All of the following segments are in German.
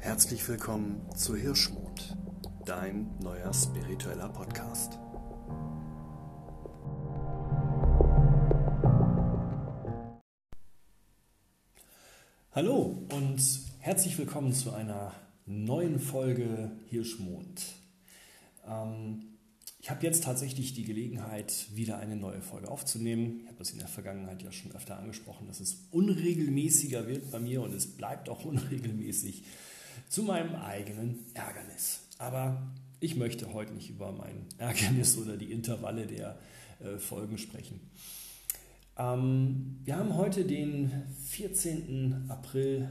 Herzlich willkommen zu Hirschmond, dein neuer spiritueller Podcast. Hallo und herzlich willkommen zu einer neuen Folge Hirschmond. Ich habe jetzt tatsächlich die Gelegenheit, wieder eine neue Folge aufzunehmen. Ich habe das in der Vergangenheit ja schon öfter angesprochen, dass es unregelmäßiger wird bei mir und es bleibt auch unregelmäßig zu meinem eigenen Ärgernis. Aber ich möchte heute nicht über mein Ärgernis oder die Intervalle der Folgen sprechen. Wir haben heute den 14. April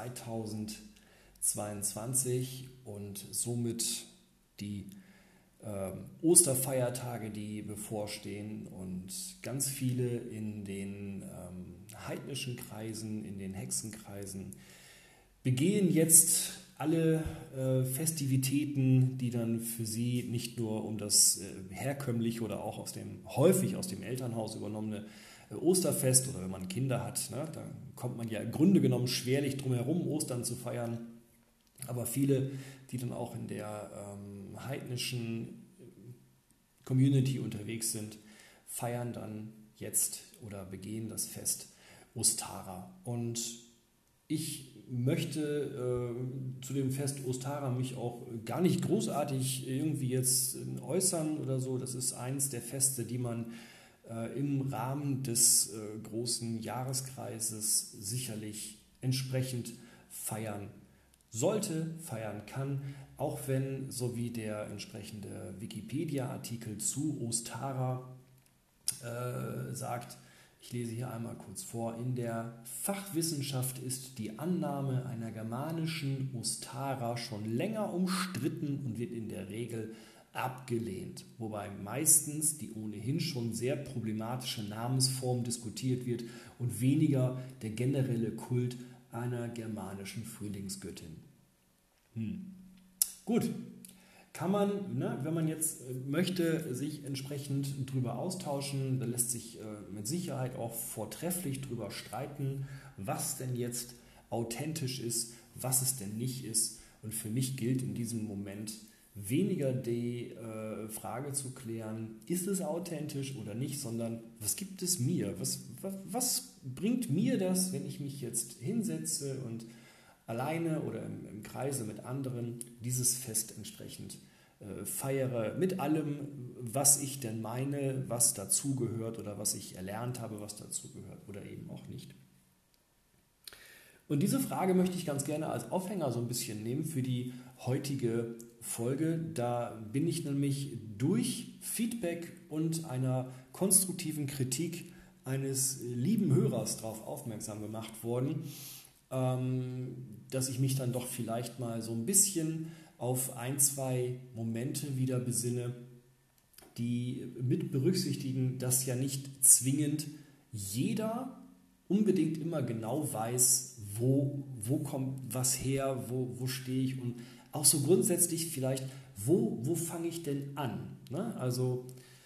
2022 und somit die Osterfeiertage, die bevorstehen, und ganz viele in den heidnischen Kreisen, in den Hexenkreisen begehen jetzt alle Festivitäten, die dann für sie nicht nur um das herkömmliche oder auch häufig aus dem Elternhaus übernommene Osterfest, oder wenn man Kinder hat, ne, da kommt man ja im Grunde genommen schwerlich drum herum, Ostern zu feiern. Aber viele, die dann auch in der heidnischen Community unterwegs sind, feiern dann jetzt oder begehen das Fest Ostara. Und ich möchte zu dem Fest Ostara mich auch gar nicht großartig irgendwie jetzt äußern oder so. Das ist eins der Feste, die man im Rahmen des großen Jahreskreises sicherlich entsprechend feiern sollte, feiern kann, auch wenn, so wie der entsprechende Wikipedia-Artikel zu Ostara sagt, ich lese hier einmal kurz vor: In der Fachwissenschaft ist die Annahme einer germanischen Ostara schon länger umstritten und wird in der Regel abgelehnt, wobei meistens die ohnehin schon sehr problematische Namensform diskutiert wird und weniger der generelle Kult einer germanischen Frühlingsgöttin. Gut, kann man, ne, wenn man jetzt möchte, sich entsprechend drüber austauschen, da lässt sich mit Sicherheit auch vortrefflich drüber streiten, was denn jetzt authentisch ist, was es denn nicht ist. Und für mich gilt in diesem Moment weniger die Frage zu klären, ist es authentisch oder nicht, sondern was gibt es mir? Was bringt mir das, wenn ich mich jetzt hinsetze und alleine oder im Kreise mit anderen dieses Fest entsprechend feiere, mit allem, was ich denn meine, was dazugehört oder was ich erlernt habe, was dazugehört oder eben auch nicht. Und diese Frage möchte ich ganz gerne als Aufhänger so ein bisschen nehmen für die heutige Folge. Da bin ich nämlich durch Feedback und einer konstruktiven Kritik eines lieben Hörers darauf aufmerksam gemacht worden, dass ich mich dann doch vielleicht mal so ein bisschen auf ein, zwei Momente wieder besinne, die mit berücksichtigen, dass ja nicht zwingend jeder unbedingt immer genau weiß, wo kommt was her, wo stehe ich, und auch so grundsätzlich vielleicht, wo fange ich denn an? Ne? Also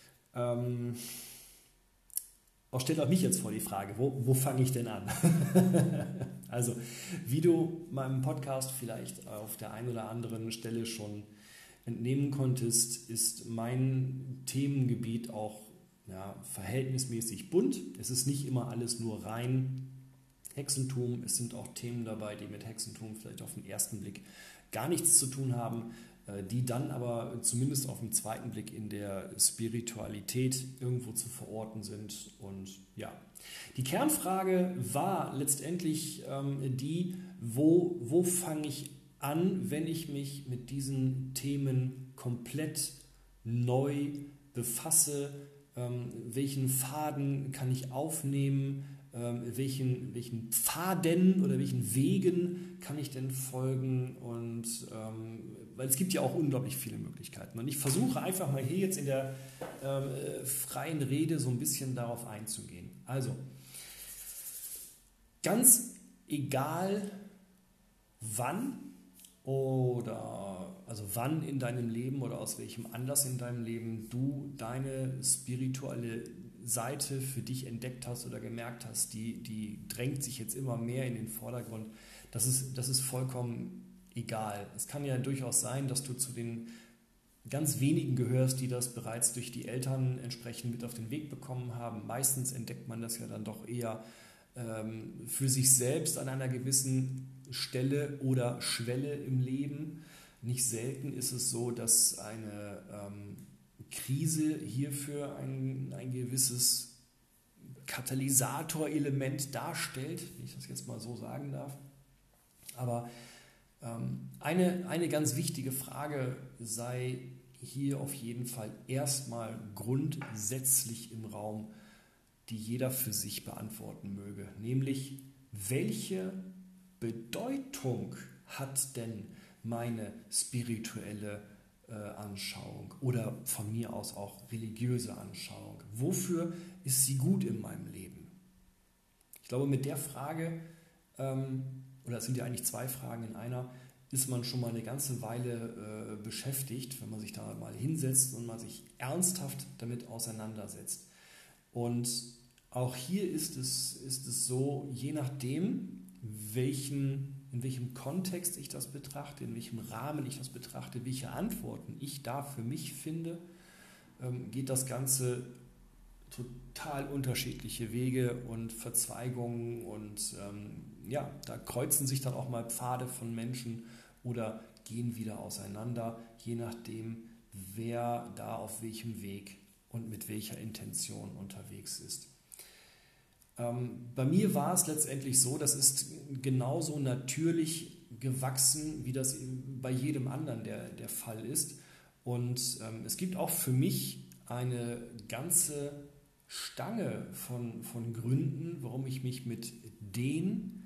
auch stellt auch mich jetzt vor die Frage, wo fange ich denn an? Also, wie du meinem Podcast vielleicht auf der einen oder anderen Stelle schon entnehmen konntest, ist mein Themengebiet auch verhältnismäßig bunt. Es ist nicht immer alles nur rein Hexentum. Es sind auch Themen dabei, die mit Hexentum vielleicht auf den ersten Blick gar nichts zu tun haben, die dann aber zumindest auf den zweiten Blick in der Spiritualität irgendwo zu verorten sind. Und ja, die Kernfrage war letztendlich die, wo fange ich an, wenn ich mich mit diesen Themen komplett neu befasse, welchen Faden kann ich aufnehmen, welchen Pfaden oder welchen Wegen kann ich denn folgen, und weil es gibt ja auch unglaublich viele Möglichkeiten. Und ich versuche einfach mal hier jetzt in der freien Rede so ein bisschen darauf einzugehen. Also, ganz egal wann wann in deinem Leben oder aus welchem Anlass in deinem Leben du deine spirituelle Seite für dich entdeckt hast oder gemerkt hast, die drängt sich jetzt immer mehr in den Vordergrund. Das ist vollkommen egal. Es kann ja durchaus sein, dass du zu den ganz wenigen gehörst, die das bereits durch die Eltern entsprechend mit auf den Weg bekommen haben. Meistens entdeckt man das ja dann doch eher für sich selbst an einer gewissen Stelle oder Schwelle im Leben. Nicht selten ist es so, dass eine Krise hierfür ein gewisses Katalysatorelement darstellt, wenn ich das jetzt mal so sagen darf. Aber eine ganz wichtige Frage sei hier auf jeden Fall erstmal grundsätzlich im Raum, die jeder für sich beantworten möge. Nämlich, welche Bedeutung hat denn meine spirituelle Anschauung oder von mir aus auch religiöse Anschauung? Wofür ist sie gut in meinem Leben? Ich glaube, mit der Frage, oder es sind ja eigentlich zwei Fragen in einer, ist man schon mal eine ganze Weile beschäftigt, wenn man sich da mal hinsetzt und man sich ernsthaft damit auseinandersetzt. Und auch hier ist es so, je nachdem, in welchem Kontext ich das betrachte, in welchem Rahmen ich das betrachte, welche Antworten ich da für mich finde, geht das Ganze total unterschiedliche Wege und Verzweigungen und da kreuzen sich dann auch mal Pfade von Menschen oder gehen wieder auseinander, je nachdem, wer da auf welchem Weg und mit welcher Intention unterwegs ist. Bei mir war es letztendlich so, das ist genauso natürlich gewachsen, wie das bei jedem anderen der Fall ist. Und es gibt auch für mich eine ganze Stange von Gründen, warum ich mich mit den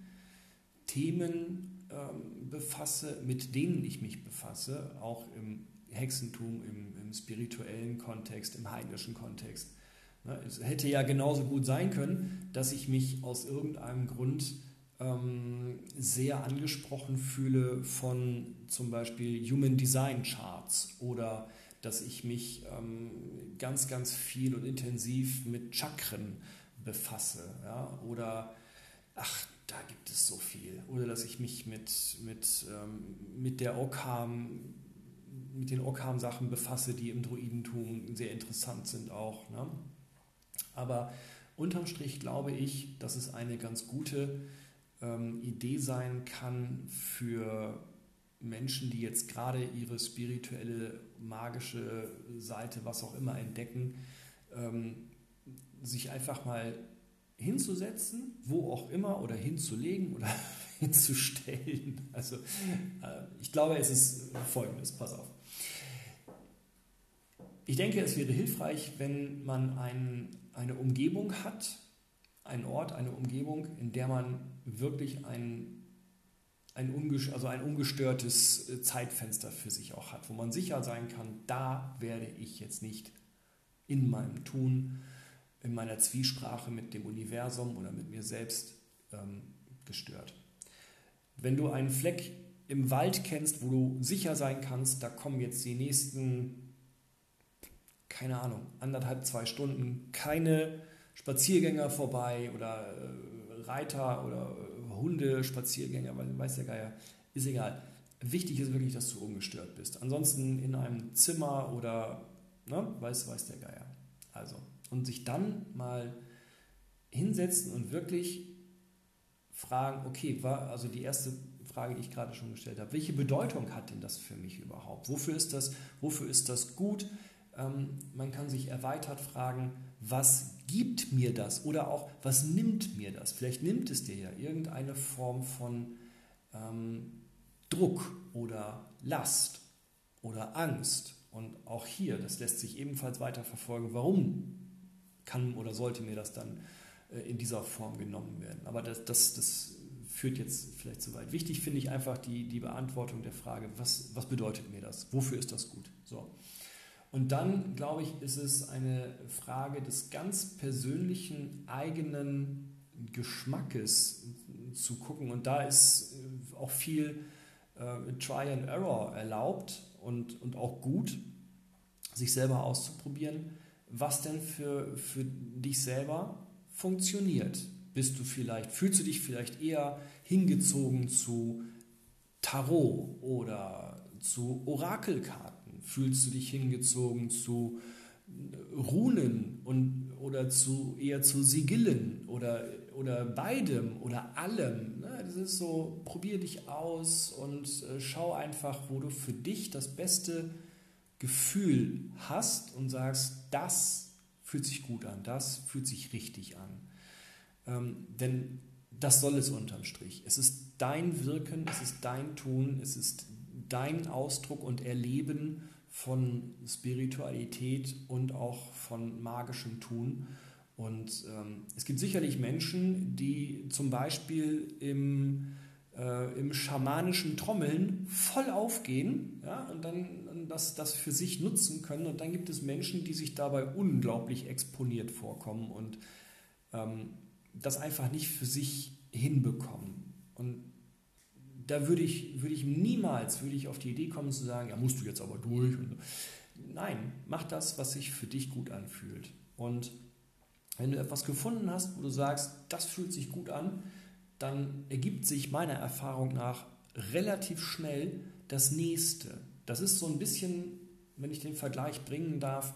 Themen befasse, mit denen ich mich befasse, auch im Hexentum, im spirituellen Kontext, im heidnischen Kontext. Es hätte ja genauso gut sein können, dass ich mich aus irgendeinem Grund sehr angesprochen fühle von zum Beispiel Human Design Charts oder dass ich mich ganz, ganz viel und intensiv mit Chakren befasse. Ja? Oder, da gibt es so viel. Oder dass ich mich mit der Ogham, mit den Ogham-Sachen befasse, die im Druidentum sehr interessant sind auch. Ne? Aber unterm Strich glaube ich, dass es eine ganz gute Idee sein kann für Menschen, die jetzt gerade ihre spirituelle, magische Seite, was auch immer, entdecken, sich einfach mal hinzusetzen, wo auch immer, oder hinzulegen oder hinzustellen. Also ich glaube, es ist Folgendes, pass auf. Ich denke, es wäre hilfreich, wenn man eine Umgebung hat, einen Ort, eine Umgebung, in der man wirklich ein ungestörtes Zeitfenster für sich auch hat, wo man sicher sein kann, da werde ich jetzt nicht in meinem Tun, in meiner Zwiesprache mit dem Universum oder mit mir selbst gestört. Wenn du einen Fleck im Wald kennst, wo du sicher sein kannst, da kommen jetzt die nächsten, keine Ahnung, 1,5, 2 Stunden keine Spaziergänger vorbei oder Reiter oder Hunde, Spaziergänger, weiß der Geier, ist egal. Wichtig ist wirklich, dass du ungestört bist. Ansonsten in einem Zimmer oder weiß der Geier. Also, und sich dann mal hinsetzen und wirklich fragen, okay, also die erste Frage, die ich gerade schon gestellt habe, welche Bedeutung hat denn das für mich überhaupt? Wofür ist das gut? Man kann sich erweitert fragen, was gibt mir das oder auch, was nimmt mir das? Vielleicht nimmt es dir ja irgendeine Form von Druck oder Last oder Angst. Und auch hier, das lässt sich ebenfalls weiterverfolgen, warum kann oder sollte mir das dann in dieser Form genommen werden. Aber das führt jetzt vielleicht zu weit. Wichtig finde ich einfach die Beantwortung der Frage, was bedeutet mir das? Wofür ist das gut? So. Und dann, glaube ich, ist es eine Frage des ganz persönlichen eigenen Geschmackes zu gucken. Und da ist auch viel Try and Error erlaubt und auch gut, sich selber auszuprobieren, was denn für dich selber funktioniert. Fühlst du dich vielleicht eher hingezogen zu Tarot oder zu Orakelkarten? Fühlst du dich hingezogen zu Runen oder eher zu Sigillen oder beidem oder allem? Ne? Das ist so, probier dich aus und schau einfach, wo du für dich das beste Gefühl hast und sagst, das fühlt sich gut an, das fühlt sich richtig an. Denn das soll es unterm Strich. Es ist dein Wirken, es ist dein Tun, es ist dein Ausdruck und Erleben von Spiritualität und auch von magischem Tun. Und es gibt sicherlich Menschen, die zum Beispiel im schamanischen Trommeln voll aufgehen, ja, und dann das für sich nutzen können. Und dann gibt es Menschen, die sich dabei unglaublich exponiert vorkommen und das einfach nicht für sich hinbekommen. Und da würde ich niemals auf die Idee kommen zu sagen, ja, musst du jetzt aber durch. Und nein, mach das, was sich für dich gut anfühlt. Und wenn du etwas gefunden hast, wo du sagst, das fühlt sich gut an, dann ergibt sich meiner Erfahrung nach relativ schnell das Nächste. Das ist so ein bisschen, wenn ich den Vergleich bringen darf,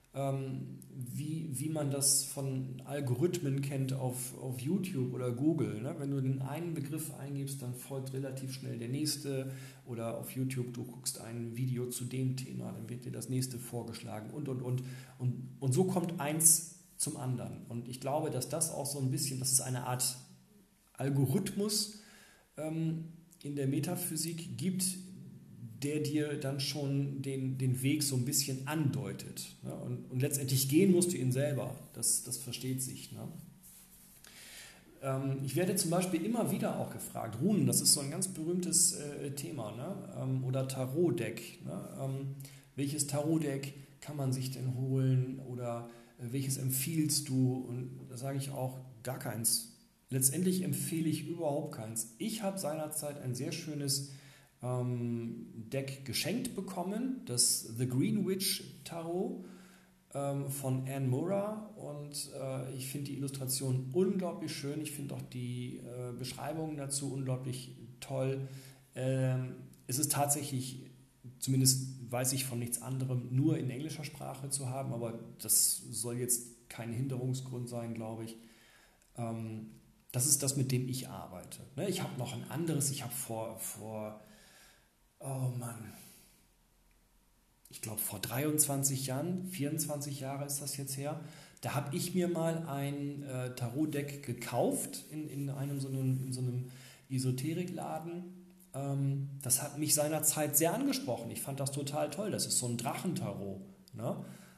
wie man das von Algorithmen kennt auf YouTube oder Google. Ne? Wenn du den einen Begriff eingibst, dann folgt relativ schnell der nächste. Oder auf YouTube, du guckst ein Video zu dem Thema, dann wird dir das nächste vorgeschlagen und so kommt eins zum anderen. Und ich glaube, dass das auch so ein bisschen, das ist eine Art Algorithmus in der Metaphysik gibt, der dir dann schon den Weg so ein bisschen andeutet. Ne? Und letztendlich gehen musst du ihn selber. Das versteht sich. Ne? Ich werde zum Beispiel immer wieder auch gefragt, Runen, das ist so ein ganz berühmtes Thema, ne? Oder Tarotdeck. Ne? Welches Tarotdeck kann man sich denn holen oder welches empfiehlst du? Und da sage ich auch, gar keins. Letztendlich empfehle ich überhaupt keins. Ich habe seinerzeit ein sehr schönes Deck geschenkt bekommen, das The Green Witch Tarot von Anne Murrah, und ich finde die Illustration unglaublich schön. Ich finde auch die Beschreibungen dazu unglaublich toll. Es ist tatsächlich, zumindest weiß ich von nichts anderem, nur in englischer Sprache zu haben, aber das soll jetzt kein Hinderungsgrund sein, glaube ich. Das ist das, mit dem ich arbeite. Ne? Ich habe noch ein anderes, ich habe ich glaube vor 23 Jahren, 24 Jahre ist das jetzt her, da habe ich mir mal ein Tarotdeck gekauft in so einem Esoterikladen. Das hat mich seinerzeit sehr angesprochen. Ich fand das total toll. Das ist so ein Drachentarot. Ne?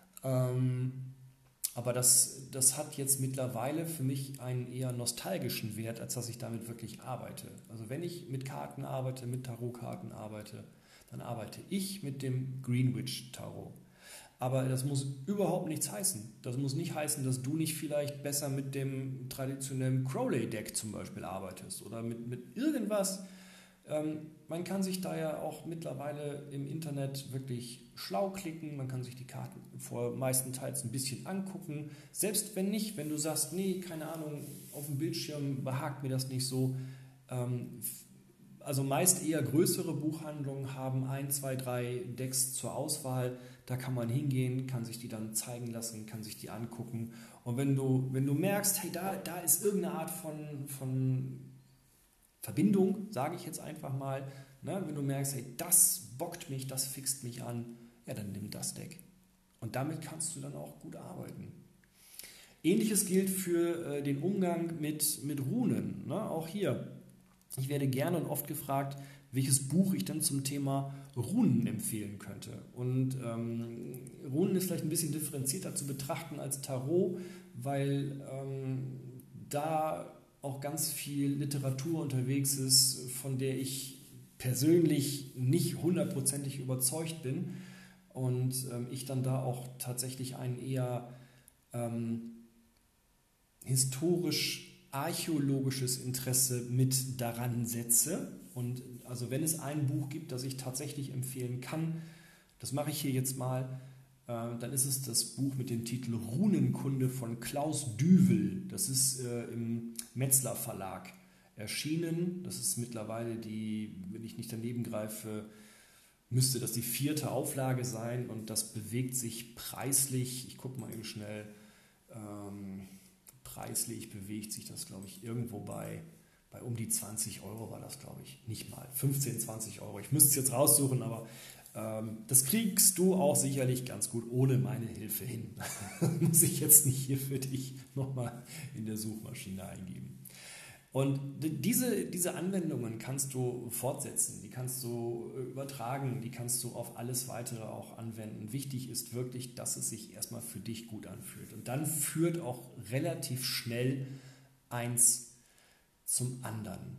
Aber das hat jetzt mittlerweile für mich einen eher nostalgischen Wert, als dass ich damit wirklich arbeite. Also wenn ich mit Karten arbeite, mit Tarotkarten arbeite, dann arbeite ich mit dem Greenwich Tarot. Aber das muss überhaupt nichts heißen. Das muss nicht heißen, dass du nicht vielleicht besser mit dem traditionellen Crowley-Deck zum Beispiel arbeitest oder mit irgendwas. Man kann sich da ja auch mittlerweile im Internet wirklich schlau klicken, man kann sich die Karten meistenteils ein bisschen angucken, selbst wenn nicht, wenn du sagst, nee, keine Ahnung, auf dem Bildschirm behagt mir das nicht so. Also meist eher größere Buchhandlungen haben 1, 2, 3 Decks zur Auswahl, da kann man hingehen, kann sich die dann zeigen lassen, kann sich die angucken, und wenn du merkst, hey, da ist irgendeine Art von Verbindung, sage ich jetzt einfach mal, ne? Wenn du merkst, hey, das bockt mich, das fixt mich an, ja, dann nimm das Deck. Und damit kannst du dann auch gut arbeiten. Ähnliches gilt für den Umgang mit Runen. Ne? Auch hier, ich werde gerne und oft gefragt, welches Buch ich dann zum Thema Runen empfehlen könnte. Und Runen ist vielleicht ein bisschen differenzierter zu betrachten als Tarot, weil da auch ganz viel Literatur unterwegs ist, von der ich persönlich nicht hundertprozentig überzeugt bin, und ich dann da auch tatsächlich ein eher historisch-archäologisches Interesse mit daran setze. Und also wenn es ein Buch gibt, das ich tatsächlich empfehlen kann, das mache ich hier jetzt mal, dann ist es das Buch mit dem Titel Runenkunde von Klaus Düvel. Das ist im Metzler Verlag erschienen. Das ist mittlerweile wenn ich nicht daneben greife, müsste das die 4. Auflage sein und das bewegt sich preislich, ich gucke mal eben schnell, preislich bewegt sich das, glaube ich, irgendwo bei um die 20 Euro war das, glaube ich, nicht mal, 15, 20 Euro. Ich müsste es jetzt raussuchen, aber das kriegst du auch sicherlich ganz gut ohne meine Hilfe hin. Muss ich jetzt nicht hier für dich nochmal in der Suchmaschine eingeben. Und diese Anwendungen kannst du fortsetzen, die kannst du übertragen, die kannst du auf alles Weitere auch anwenden. Wichtig ist wirklich, dass es sich erstmal für dich gut anfühlt. Und dann führt auch relativ schnell eins zum anderen.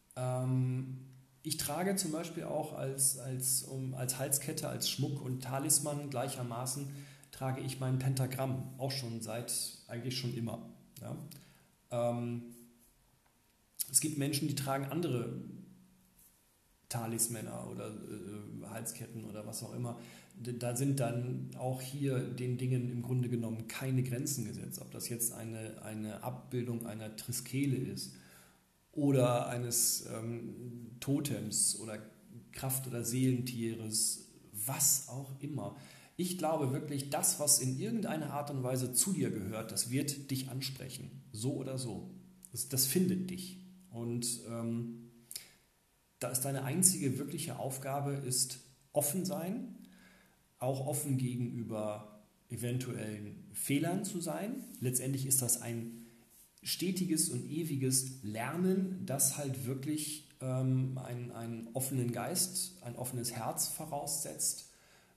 Ich trage zum Beispiel auch als Halskette, als Schmuck und Talisman gleichermaßen, trage ich mein Pentagramm, auch schon eigentlich schon immer. Ja? Es gibt Menschen, die tragen andere Talismänner oder Halsketten oder was auch immer. Da sind dann auch hier den Dingen im Grunde genommen keine Grenzen gesetzt. Ob das jetzt eine Abbildung einer Triskele ist oder eines Totems oder Kraft- oder Seelentieres, was auch immer. Ich glaube wirklich, das, was in irgendeiner Art und Weise zu dir gehört, das wird dich ansprechen. So oder so. Das findet dich. Und da ist deine einzige wirkliche Aufgabe, ist offen sein, auch offen gegenüber eventuellen Fehlern zu sein. Letztendlich ist das ein stetiges und ewiges Lernen, das halt wirklich einen offenen Geist, ein offenes Herz voraussetzt.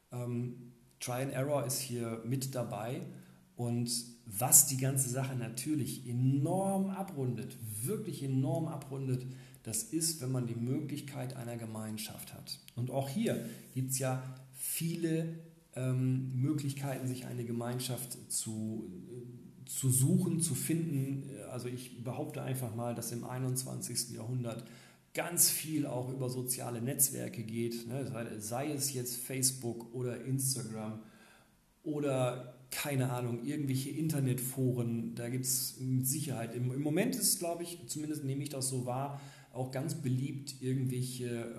Try and Error ist hier mit dabei. Und was die ganze Sache natürlich enorm abrundet, wirklich enorm abrundet, das ist, wenn man die Möglichkeit einer Gemeinschaft hat. Und auch hier gibt es ja viele Möglichkeiten, sich eine Gemeinschaft zu suchen, zu finden. Also ich behaupte einfach mal, dass im 21. Jahrhundert ganz viel auch über soziale Netzwerke geht, ne? Sei es jetzt Facebook oder Instagram oder keine Ahnung, irgendwelche Internetforen, da gibt es mit Sicherheit, im Moment ist, glaube ich, zumindest nehme ich das so wahr, auch ganz beliebt irgendwelche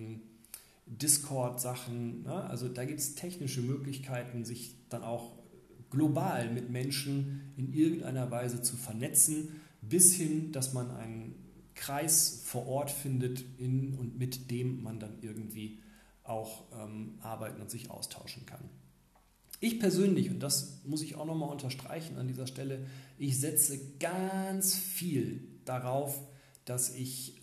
Discord-Sachen, ne? Also da gibt es technische Möglichkeiten, sich dann auch global mit Menschen in irgendeiner Weise zu vernetzen, bis hin, dass man einen Kreis vor Ort findet, in und mit dem man dann irgendwie auch arbeiten und sich austauschen kann. Ich persönlich, und das muss ich auch nochmal unterstreichen an dieser Stelle, ich setze ganz viel darauf, dass ich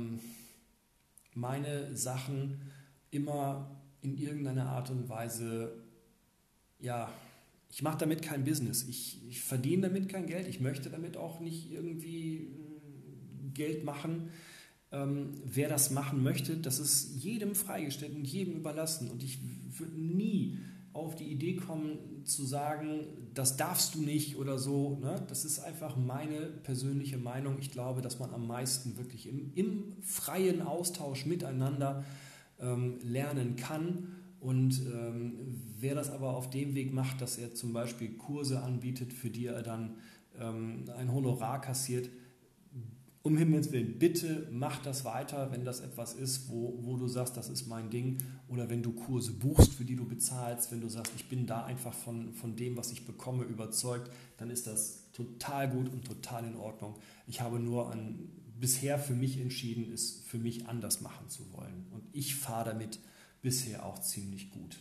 meine Sachen immer in irgendeiner Art und Weise, ja, ich mache damit kein Business, ich verdiene damit kein Geld, ich möchte damit auch nicht irgendwie Geld machen. Wer das machen möchte, das ist jedem freigestellt und jedem überlassen. Und ich würde nie auf die Idee kommen zu sagen, das darfst du nicht oder so. Ne? Das ist einfach meine persönliche Meinung. Ich glaube, dass man am meisten wirklich im freien Austausch miteinander lernen kann. Und wer das aber auf dem Weg macht, dass er zum Beispiel Kurse anbietet, für die er dann ein Honorar kassiert, um Himmels Willen, bitte mach das weiter, wenn das etwas ist, wo du sagst, das ist mein Ding. Oder wenn du Kurse buchst, für die du bezahlst, wenn du sagst, ich bin da einfach von dem, was ich bekomme, überzeugt, dann ist das total gut und total in Ordnung. Ich habe nur bisher für mich entschieden, es für mich anders machen zu wollen. Und ich fahre damit bisher auch ziemlich gut.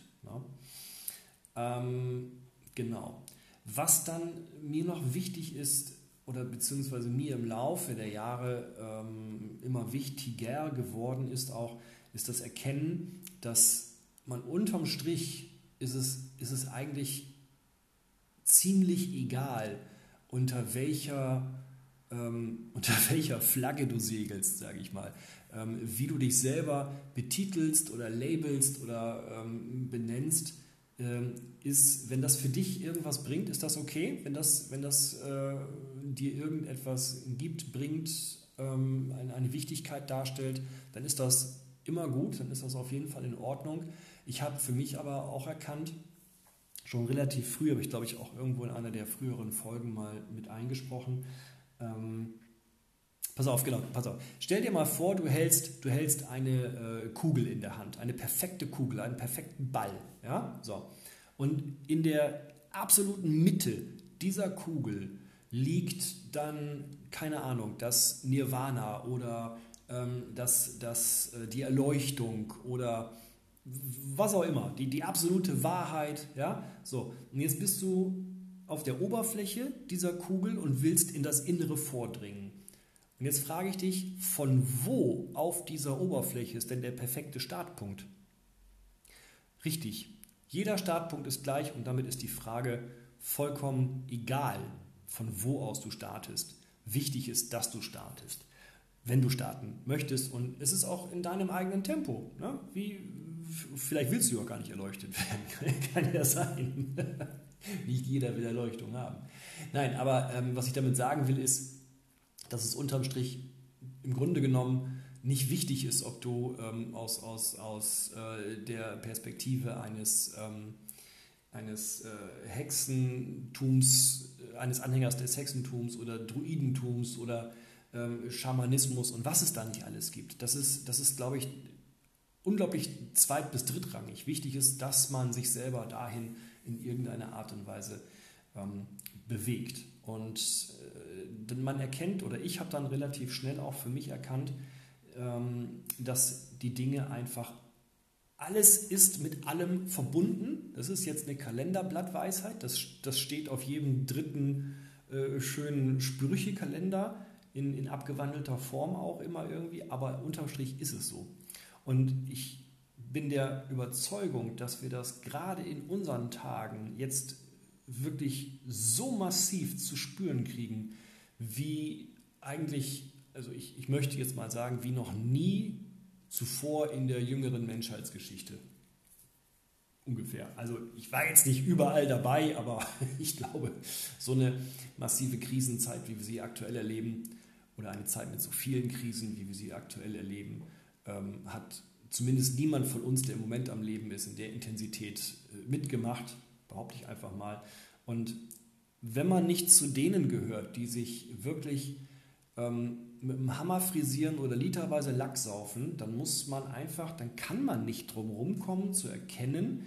Ne? Genau. Was dann mir noch wichtig ist, oder beziehungsweise mir im Laufe der Jahre immer wichtiger geworden ist, ist das Erkennen, dass man unterm Strich ist es eigentlich ziemlich egal, unter welcher Flagge du segelst, sage ich mal. Wie du dich selber betitelst oder labelst oder benennst, ist, wenn das für dich irgendwas bringt, ist das okay. Wenn das dir irgendetwas gibt, bringt, eine Wichtigkeit darstellt, dann ist das immer gut, dann ist das auf jeden Fall in Ordnung. Ich habe für mich aber auch erkannt, schon relativ früh, aber ich glaube, ich auch irgendwo in einer der früheren Folgen mal mit eingesprochen, Pass auf, genau, pass auf. Stell dir mal vor, du hältst eine Kugel in der Hand, eine perfekte Kugel, einen perfekten Ball. Ja? So. Und in der absoluten Mitte dieser Kugel liegt dann, keine Ahnung, das Nirvana oder die Erleuchtung oder was auch immer, die absolute Wahrheit. Ja? So. Und jetzt bist du auf der Oberfläche dieser Kugel und willst in das Innere vordringen. Und jetzt frage ich dich, von wo auf dieser Oberfläche ist denn der perfekte Startpunkt? Richtig, jeder Startpunkt ist gleich und damit ist die Frage vollkommen egal, von wo aus du startest. Wichtig ist, dass du startest, wenn du starten möchtest und es ist auch in deinem eigenen Tempo. Ne? Vielleicht willst du ja gar nicht erleuchtet werden, kann ja sein. Nicht jeder will Erleuchtung haben. Nein, aber was ich damit sagen will, ist, dass es unterm Strich im Grunde genommen nicht wichtig ist, ob du aus der Perspektive eines Hexentums, eines Anhängers des Hexentums oder Druidentums oder Schamanismus und was es da nicht alles gibt. Das ist, glaube ich, unglaublich zweit- bis drittrangig. Wichtig ist, dass man sich selber dahin in irgendeiner Art und Weise bewegt. Und man erkennt, oder ich habe dann relativ schnell auch für mich erkannt, dass die Dinge einfach, alles ist mit allem verbunden. Das ist jetzt eine Kalenderblattweisheit, das steht auf jedem dritten schönen Sprüchekalender, in abgewandelter Form auch immer irgendwie, aber unterm Strich ist es so. Und ich bin der Überzeugung, dass wir das gerade in unseren Tagen jetzt wirklich so massiv zu spüren kriegen, wie eigentlich, also ich möchte jetzt mal sagen, wie noch nie zuvor in der jüngeren Menschheitsgeschichte. Ungefähr. Also ich war jetzt nicht überall dabei, aber ich glaube, so eine massive Krisenzeit, wie wir sie aktuell erleben, oder eine Zeit mit so vielen Krisen, wie wir sie aktuell erleben, hat zumindest niemand von uns, der im Moment am Leben ist, in der Intensität mitgemacht, behaupte ich einfach mal. Und wenn man nicht zu denen gehört, die sich wirklich mit dem Hammer frisieren oder literweise Lack saufen, dann kann man nicht drum rumkommen zu erkennen,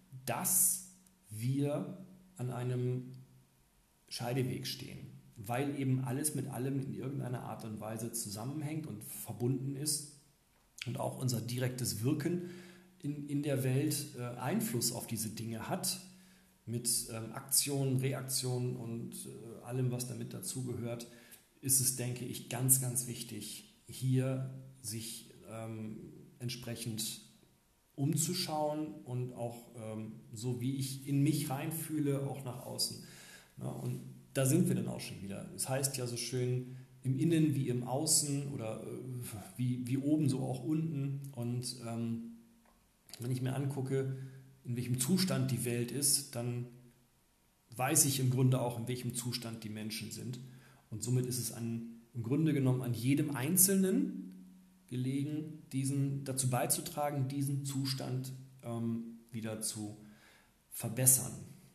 dass wir an einem Scheideweg stehen, weil eben alles mit allem in irgendeiner Art und Weise zusammenhängt und verbunden ist und auch unser direktes Wirken in der Welt Einfluss auf diese Dinge hat, mit Aktionen, Reaktionen und allem, was damit dazugehört, ist es, denke ich, ganz, ganz wichtig, hier sich entsprechend umzuschauen und auch so wie ich in mich reinfühle, auch nach außen. Ja, und da sind wir dann auch schon wieder. Es heißt ja so schön, im Innen wie im Außen oder wie oben, so auch unten. Und wenn ich mir angucke, in welchem Zustand die Welt ist, dann weiß ich im Grunde auch, in welchem Zustand die Menschen sind. Und somit ist es im Grunde genommen an jedem Einzelnen gelegen, dazu beizutragen, diesen Zustand wieder zu verbessern.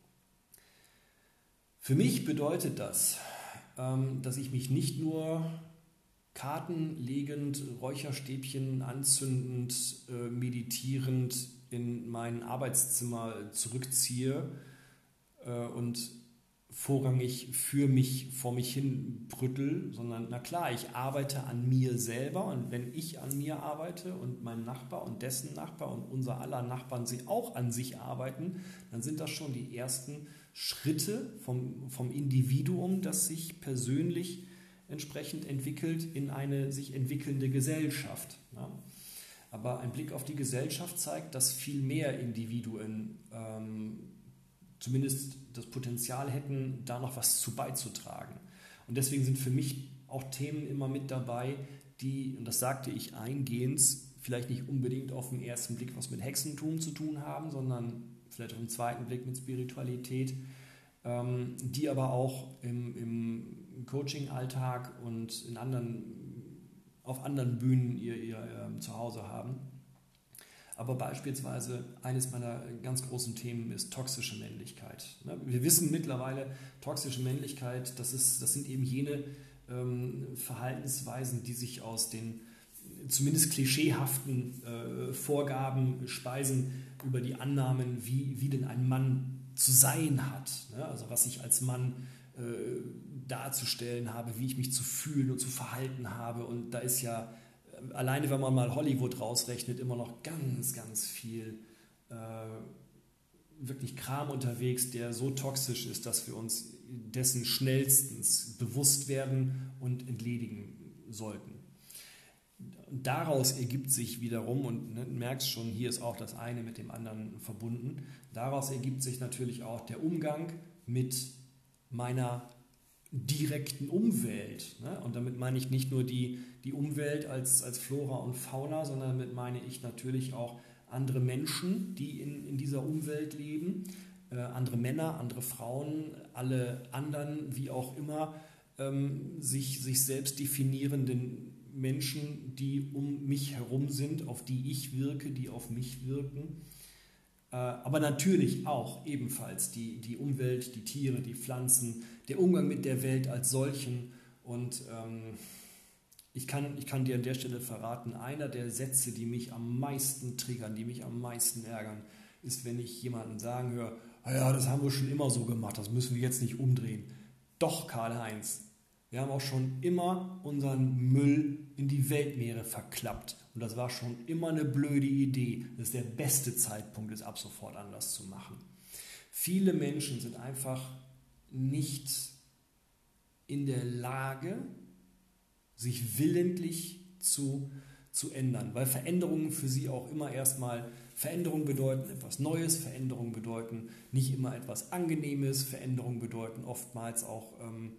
Für mich bedeutet das, dass ich mich nicht nur Karten legend, Räucherstäbchen anzündend, meditierend in mein Arbeitszimmer zurückziehe und vorrangig für mich vor mich hin brüttel, sondern na klar, ich arbeite an mir selber und wenn ich an mir arbeite und mein Nachbar und dessen Nachbar und unser aller Nachbarn sie auch an sich arbeiten, dann sind das schon die ersten Schritte vom Individuum, das sich persönlich entsprechend entwickelt in eine sich entwickelnde Gesellschaft. Ja. Aber ein Blick auf die Gesellschaft zeigt, dass viel mehr Individuen zumindest das Potenzial hätten, da noch was zu beizutragen. Und deswegen sind für mich auch Themen immer mit dabei, die, und das sagte ich eingehend, vielleicht nicht unbedingt auf den ersten Blick was mit Hexentum zu tun haben, sondern vielleicht auf den zweiten Blick mit Spiritualität, die aber auch im Coaching-Alltag und auf anderen Bühnen ihr Zuhause haben. Aber beispielsweise eines meiner ganz großen Themen ist toxische Männlichkeit. Wir wissen mittlerweile, toxische Männlichkeit, das sind eben jene Verhaltensweisen, die sich aus den zumindest klischeehaften Vorgaben speisen über die Annahmen, wie denn ein Mann zu sein hat. Ne? Also was ich als Mann darzustellen habe, wie ich mich zu fühlen und zu verhalten habe. Und da ist ja, alleine wenn man mal Hollywood rausrechnet, immer noch ganz, ganz viel wirklich Kram unterwegs, der so toxisch ist, dass wir uns dessen schnellstens bewusst werden und entledigen sollten. Und daraus ergibt sich wiederum, und du merkst schon, hier ist auch das eine mit dem anderen verbunden, daraus ergibt sich natürlich auch der Umgang mit meiner direkten Umwelt. Ne? Und damit meine ich nicht nur die Umwelt als Flora und Fauna, sondern damit meine ich natürlich auch andere Menschen, die in dieser Umwelt leben, andere Männer, andere Frauen, alle anderen, wie auch immer, sich selbst definierenden Menschen, die um mich herum sind, auf die ich wirke, die auf mich wirken. Aber natürlich auch ebenfalls die Umwelt, die Tiere, die Pflanzen, der Umgang mit der Welt als solchen. Und ich kann dir an der Stelle verraten, einer der Sätze, die mich am meisten triggern, die mich am meisten ärgern, ist, wenn ich jemanden sagen höre, ja, das haben wir schon immer so gemacht, das müssen wir jetzt nicht umdrehen. Doch, Karl-Heinz, wir haben auch schon immer unseren Müll in die Weltmeere verklappt. Und das war schon immer eine blöde Idee. Das ist der beste Zeitpunkt, es ab sofort anders zu machen. Viele Menschen sind einfach nicht in der Lage, sich willentlich zu ändern, weil Veränderungen für sie auch immer erstmal Veränderungen bedeuten etwas Neues, Veränderungen bedeuten nicht immer etwas Angenehmes, Veränderungen bedeuten oftmals auch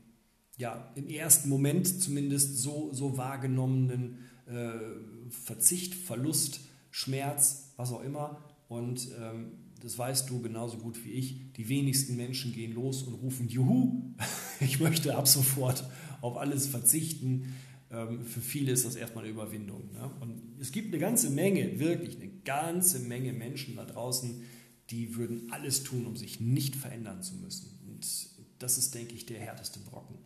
im ersten Moment zumindest so wahrgenommenen Verzicht, Verlust, Schmerz, was auch immer. Und das weißt du genauso gut wie ich, die wenigsten Menschen gehen los und rufen, juhu, ich möchte ab sofort auf alles verzichten. Für viele ist das erstmal eine Überwindung. Ne? Und es gibt eine ganze Menge, wirklich eine ganze Menge Menschen da draußen, die würden alles tun, um sich nicht verändern zu müssen. Und das ist, denke ich, der härteste Brocken.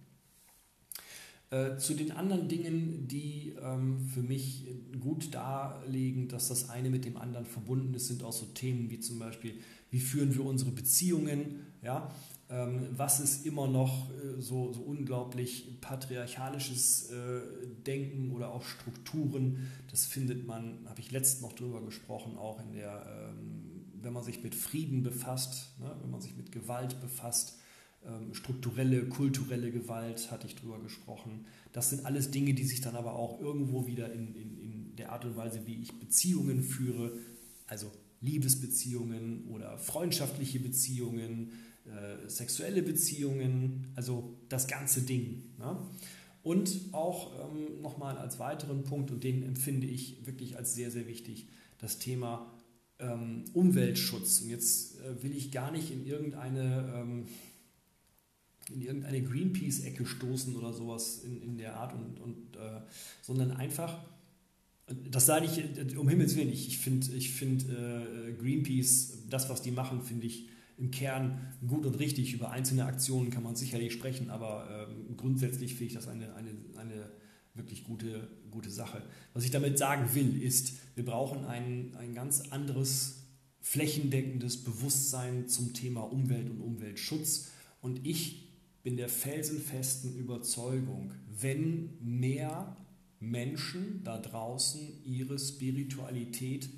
Zu den anderen Dingen, die für mich gut darlegen, dass das eine mit dem anderen verbunden ist, sind auch so Themen wie zum Beispiel, wie führen wir unsere Beziehungen, ja? Was ist immer noch so unglaublich patriarchalisches Denken oder auch Strukturen, das findet man, habe ich letztens noch drüber gesprochen, auch in der, wenn man sich mit Frieden befasst, ne? Wenn man sich mit Gewalt befasst, strukturelle, kulturelle Gewalt, hatte ich drüber gesprochen. Das sind alles Dinge, die sich dann aber auch irgendwo wieder in der Art und Weise, wie ich Beziehungen führe, also Liebesbeziehungen oder freundschaftliche Beziehungen, sexuelle Beziehungen, also das ganze Ding. Ne? Und auch nochmal als weiteren Punkt, und den empfinde ich wirklich als sehr, sehr wichtig, das Thema Umweltschutz. Und jetzt will ich gar nicht in irgendeine Greenpeace-Ecke stoßen oder sowas in der Art, sondern einfach, das sage ich um Himmels Willen, ich finde Greenpeace, das, was die machen, finde ich im Kern gut und richtig. Über einzelne Aktionen kann man sicherlich sprechen, aber grundsätzlich finde ich das eine wirklich gute Sache. Was ich damit sagen will, ist, wir brauchen ein ganz anderes flächendeckendes Bewusstsein zum Thema Umwelt und Umweltschutz. Und ich bin der felsenfesten Überzeugung, wenn mehr Menschen da draußen ihre Spiritualität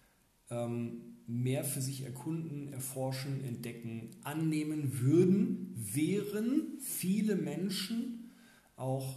mehr für sich erkunden, erforschen, entdecken, annehmen würden, wären viele Menschen auch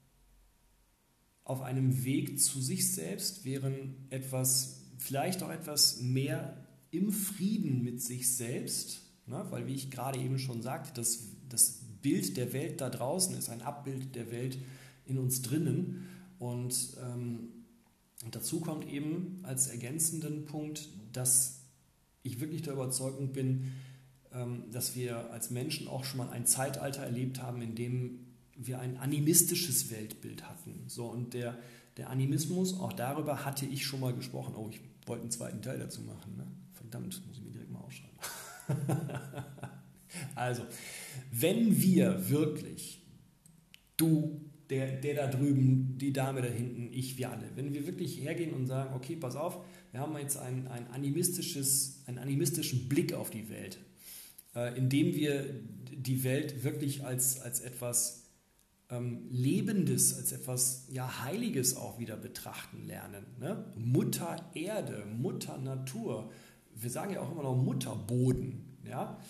auf einem Weg zu sich selbst, wären vielleicht auch etwas mehr im Frieden mit sich selbst, ne? Weil, wie ich gerade eben schon sagte, das Bild der Welt da draußen ist ein Abbild der Welt in uns drinnen. Und dazu kommt eben als ergänzenden Punkt, dass ich wirklich der Überzeugung bin, dass wir als Menschen auch schon mal ein Zeitalter erlebt haben, in dem wir ein animistisches Weltbild hatten. So, und der Animismus, auch darüber hatte ich schon mal gesprochen. Oh, ich wollte einen zweiten Teil dazu machen. Ne? Verdammt, muss ich mir direkt mal aufschreiben. Also, wenn wir wirklich, du, der da drüben, die Dame da hinten, ich, wir alle. Wenn wir wirklich hergehen und sagen, okay, pass auf, wir haben jetzt einen animistischen Blick auf die Welt, indem wir die Welt wirklich als etwas Lebendes, als etwas Heiliges auch wieder betrachten lernen. Ne? Mutter Erde, Mutter Natur, wir sagen ja auch immer noch Mutterboden, ja?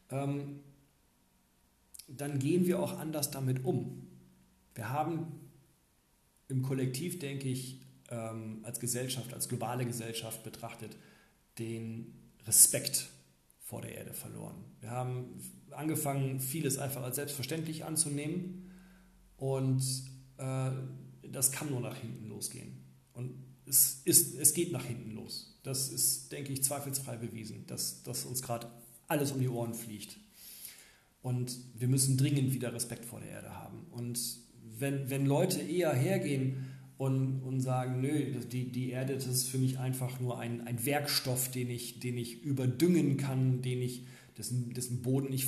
Dann gehen wir auch anders damit um. Wir haben im Kollektiv, denke ich, als Gesellschaft, als globale Gesellschaft betrachtet, den Respekt vor der Erde verloren. Wir haben angefangen, vieles einfach als selbstverständlich anzunehmen und das kann nur nach hinten losgehen. Und es geht nach hinten los. Das ist, denke ich, zweifelsfrei bewiesen, dass uns gerade alles um die Ohren fliegt. Und wir müssen dringend wieder Respekt vor der Erde haben. Und wenn Leute eher hergehen und sagen, nö, die Erde, das ist für mich einfach nur ein Werkstoff, den ich überdüngen kann, dessen Boden ich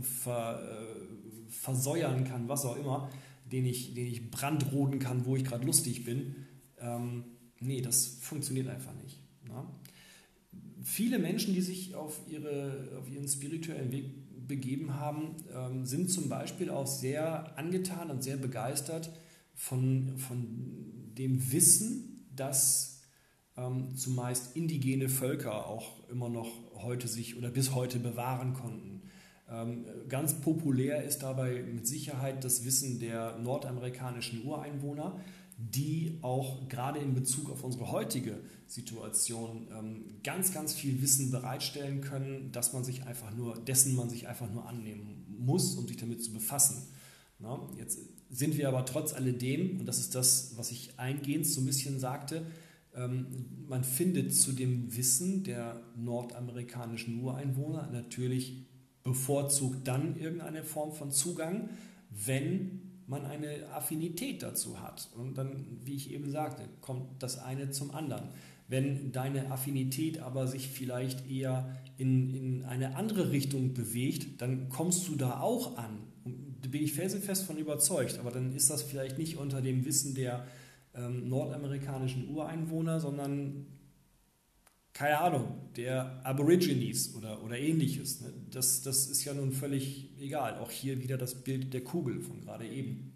versäuern kann, was auch immer, den ich brandroden kann, wo ich gerade lustig bin. Nee, das funktioniert einfach nicht. Na? Viele Menschen, die sich auf ihren spirituellen Weg begeben haben, sind zum Beispiel auch sehr angetan und sehr begeistert von dem Wissen, dass zumeist indigene Völker auch immer noch heute sich oder bis heute bewahren konnten. Ganz populär ist dabei mit Sicherheit das Wissen der nordamerikanischen Ureinwohner, die auch gerade in Bezug auf unsere heutige Situation ganz, ganz viel Wissen bereitstellen können, dessen man sich einfach nur annehmen muss, um sich damit zu befassen. Na, jetzt sind wir aber trotz alledem, und das ist das, was ich eingehend so ein bisschen sagte, man findet zu dem Wissen der nordamerikanischen Ureinwohner natürlich bevorzugt dann irgendeine Form von Zugang, wenn man eine Affinität dazu hat. Und dann, wie ich eben sagte, kommt das eine zum anderen. Wenn deine Affinität aber sich vielleicht eher in eine andere Richtung bewegt, dann kommst du da auch an. Und da bin ich felsenfest von überzeugt. Aber dann ist das vielleicht nicht unter dem Wissen der nordamerikanischen Ureinwohner, sondern, keine Ahnung, der Aborigines oder ähnliches. Ne? Das ist ja nun völlig egal. Auch hier wieder das Bild der Kugel von gerade eben.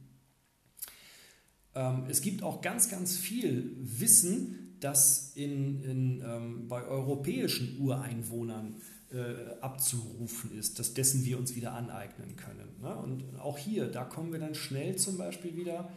Es gibt auch ganz, ganz viel Wissen, das bei europäischen Ureinwohnern abzurufen ist, dessen wir uns wieder aneignen können. Ne? Und auch hier, da kommen wir dann schnell zum Beispiel wieder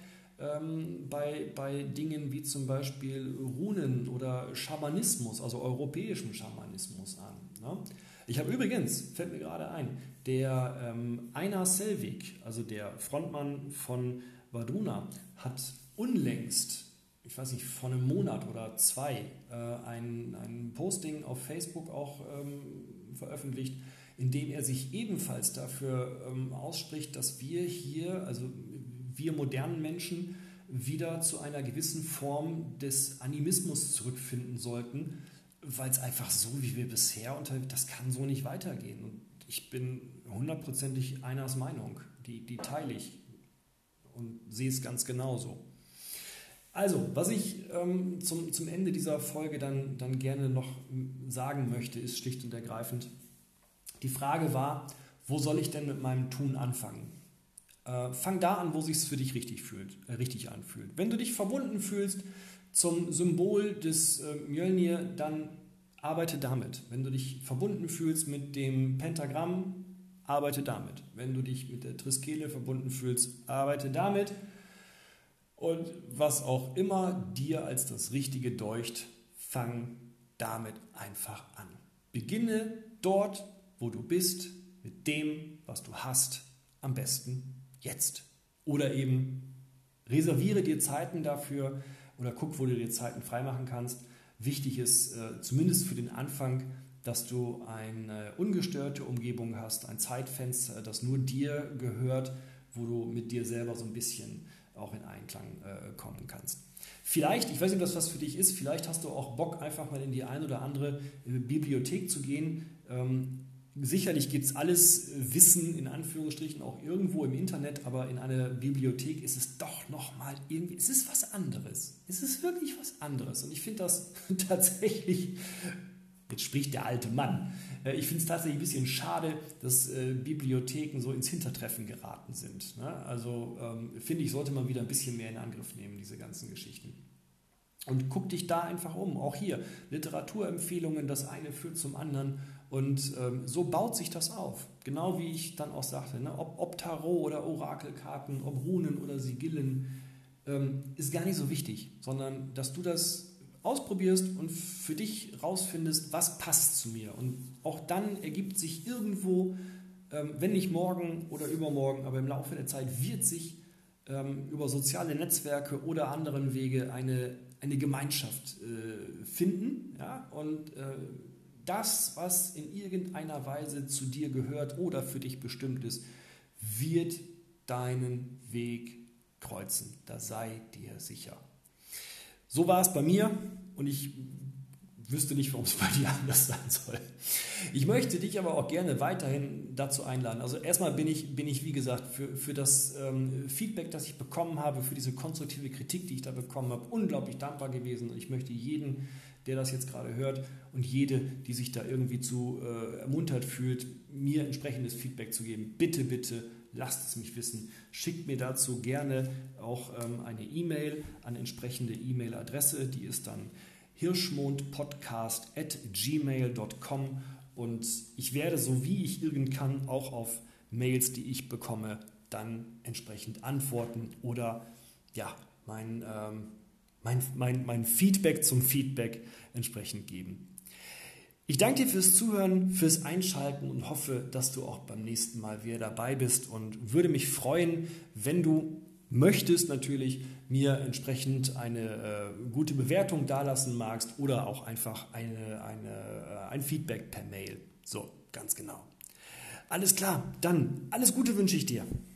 bei Dingen wie zum Beispiel Runen oder Schamanismus, also europäischem Schamanismus an. Ne? Ich habe übrigens, fällt mir gerade ein, der Einar Selvig, also der Frontmann von Wardruna, hat unlängst, ich weiß nicht, vor einem Monat oder zwei, ein Posting auf Facebook auch veröffentlicht, in dem er sich ebenfalls dafür ausspricht, dass wir hier, also wir modernen Menschen, wieder zu einer gewissen Form des Animismus zurückfinden sollten, weil es einfach so, wie wir bisher das kann so nicht weitergehen. Und ich bin hundertprozentig Einars Meinung, die teile ich und sehe es ganz genauso. Also, was ich zum Ende dieser Folge dann gerne noch sagen möchte, ist schlicht und ergreifend, die Frage war, wo soll ich denn mit meinem Tun anfangen? Fang da an, wo es sich für dich richtig anfühlt. Wenn du dich verbunden fühlst zum Symbol des Mjölnir, dann arbeite damit. Wenn du dich verbunden fühlst mit dem Pentagramm, arbeite damit. Wenn du dich mit der Triskele verbunden fühlst, arbeite damit. Und was auch immer dir als das Richtige deucht, fang damit einfach an. Beginne dort, wo du bist, mit dem, was du hast, am besten jetzt. Oder eben reserviere dir Zeiten dafür oder guck, wo du dir Zeiten freimachen kannst. Wichtig ist zumindest für den Anfang, dass du eine ungestörte Umgebung hast, ein Zeitfenster, das nur dir gehört, wo du mit dir selber so ein bisschen auch in Einklang kommen kannst. Vielleicht, ich weiß nicht, ob das was für dich ist, vielleicht hast du auch Bock, einfach mal in die ein oder andere Bibliothek zu gehen. Sicherlich gibt es alles Wissen in Anführungsstrichen auch irgendwo im Internet, aber in einer Bibliothek ist es doch nochmal irgendwie, es ist was anderes. Es ist wirklich was anderes. Und ich finde das tatsächlich, jetzt spricht der alte Mann, ich finde es tatsächlich ein bisschen schade, dass Bibliotheken so ins Hintertreffen geraten sind. Ne? Also finde ich, sollte man wieder ein bisschen mehr in Angriff nehmen, diese ganzen Geschichten. Und guck dich da einfach um. Auch hier, Literaturempfehlungen, das eine führt zum anderen. Und so baut sich das auf. Genau wie ich dann auch sagte, ne? Ob Tarot oder Orakelkarten, ob Runen oder Sigillen, ist gar nicht so wichtig, sondern dass du das ausprobierst und für dich rausfindest, was passt zu mir. Und auch dann ergibt sich irgendwo, wenn nicht morgen oder übermorgen, aber im Laufe der Zeit wird sich über soziale Netzwerke oder anderen Wege eine Gemeinschaft finden. Ja? Und das, was in irgendeiner Weise zu dir gehört oder für dich bestimmt ist, wird deinen Weg kreuzen. Da sei dir sicher. So war es bei mir und ich wüsste nicht, warum es bei dir anders sein soll. Ich möchte dich aber auch gerne weiterhin dazu einladen. Also erstmal bin ich wie gesagt, für das Feedback, das ich bekommen habe, für diese konstruktive Kritik, die ich da bekommen habe, unglaublich dankbar gewesen. Und ich möchte jeden, der das jetzt gerade hört und jede, die sich da irgendwie zu ermuntert fühlt, mir entsprechendes Feedback zu geben. Bitte, bitte, lasst es mich wissen. Schickt mir dazu gerne auch eine E-Mail an entsprechende E-Mail-Adresse. Die ist dann hirschmondpodcast@gmail.com und ich werde, so wie ich irgend kann, auch auf Mails, die ich bekomme, dann entsprechend antworten oder ja, mein Feedback zum Feedback entsprechend geben. Ich danke dir fürs Zuhören, fürs Einschalten und hoffe, dass du auch beim nächsten Mal wieder dabei bist und würde mich freuen, wenn du möchtest natürlich mir entsprechend eine gute Bewertung dalassen magst oder auch einfach ein Feedback per Mail. So, ganz genau. Alles klar, dann alles Gute wünsche ich dir.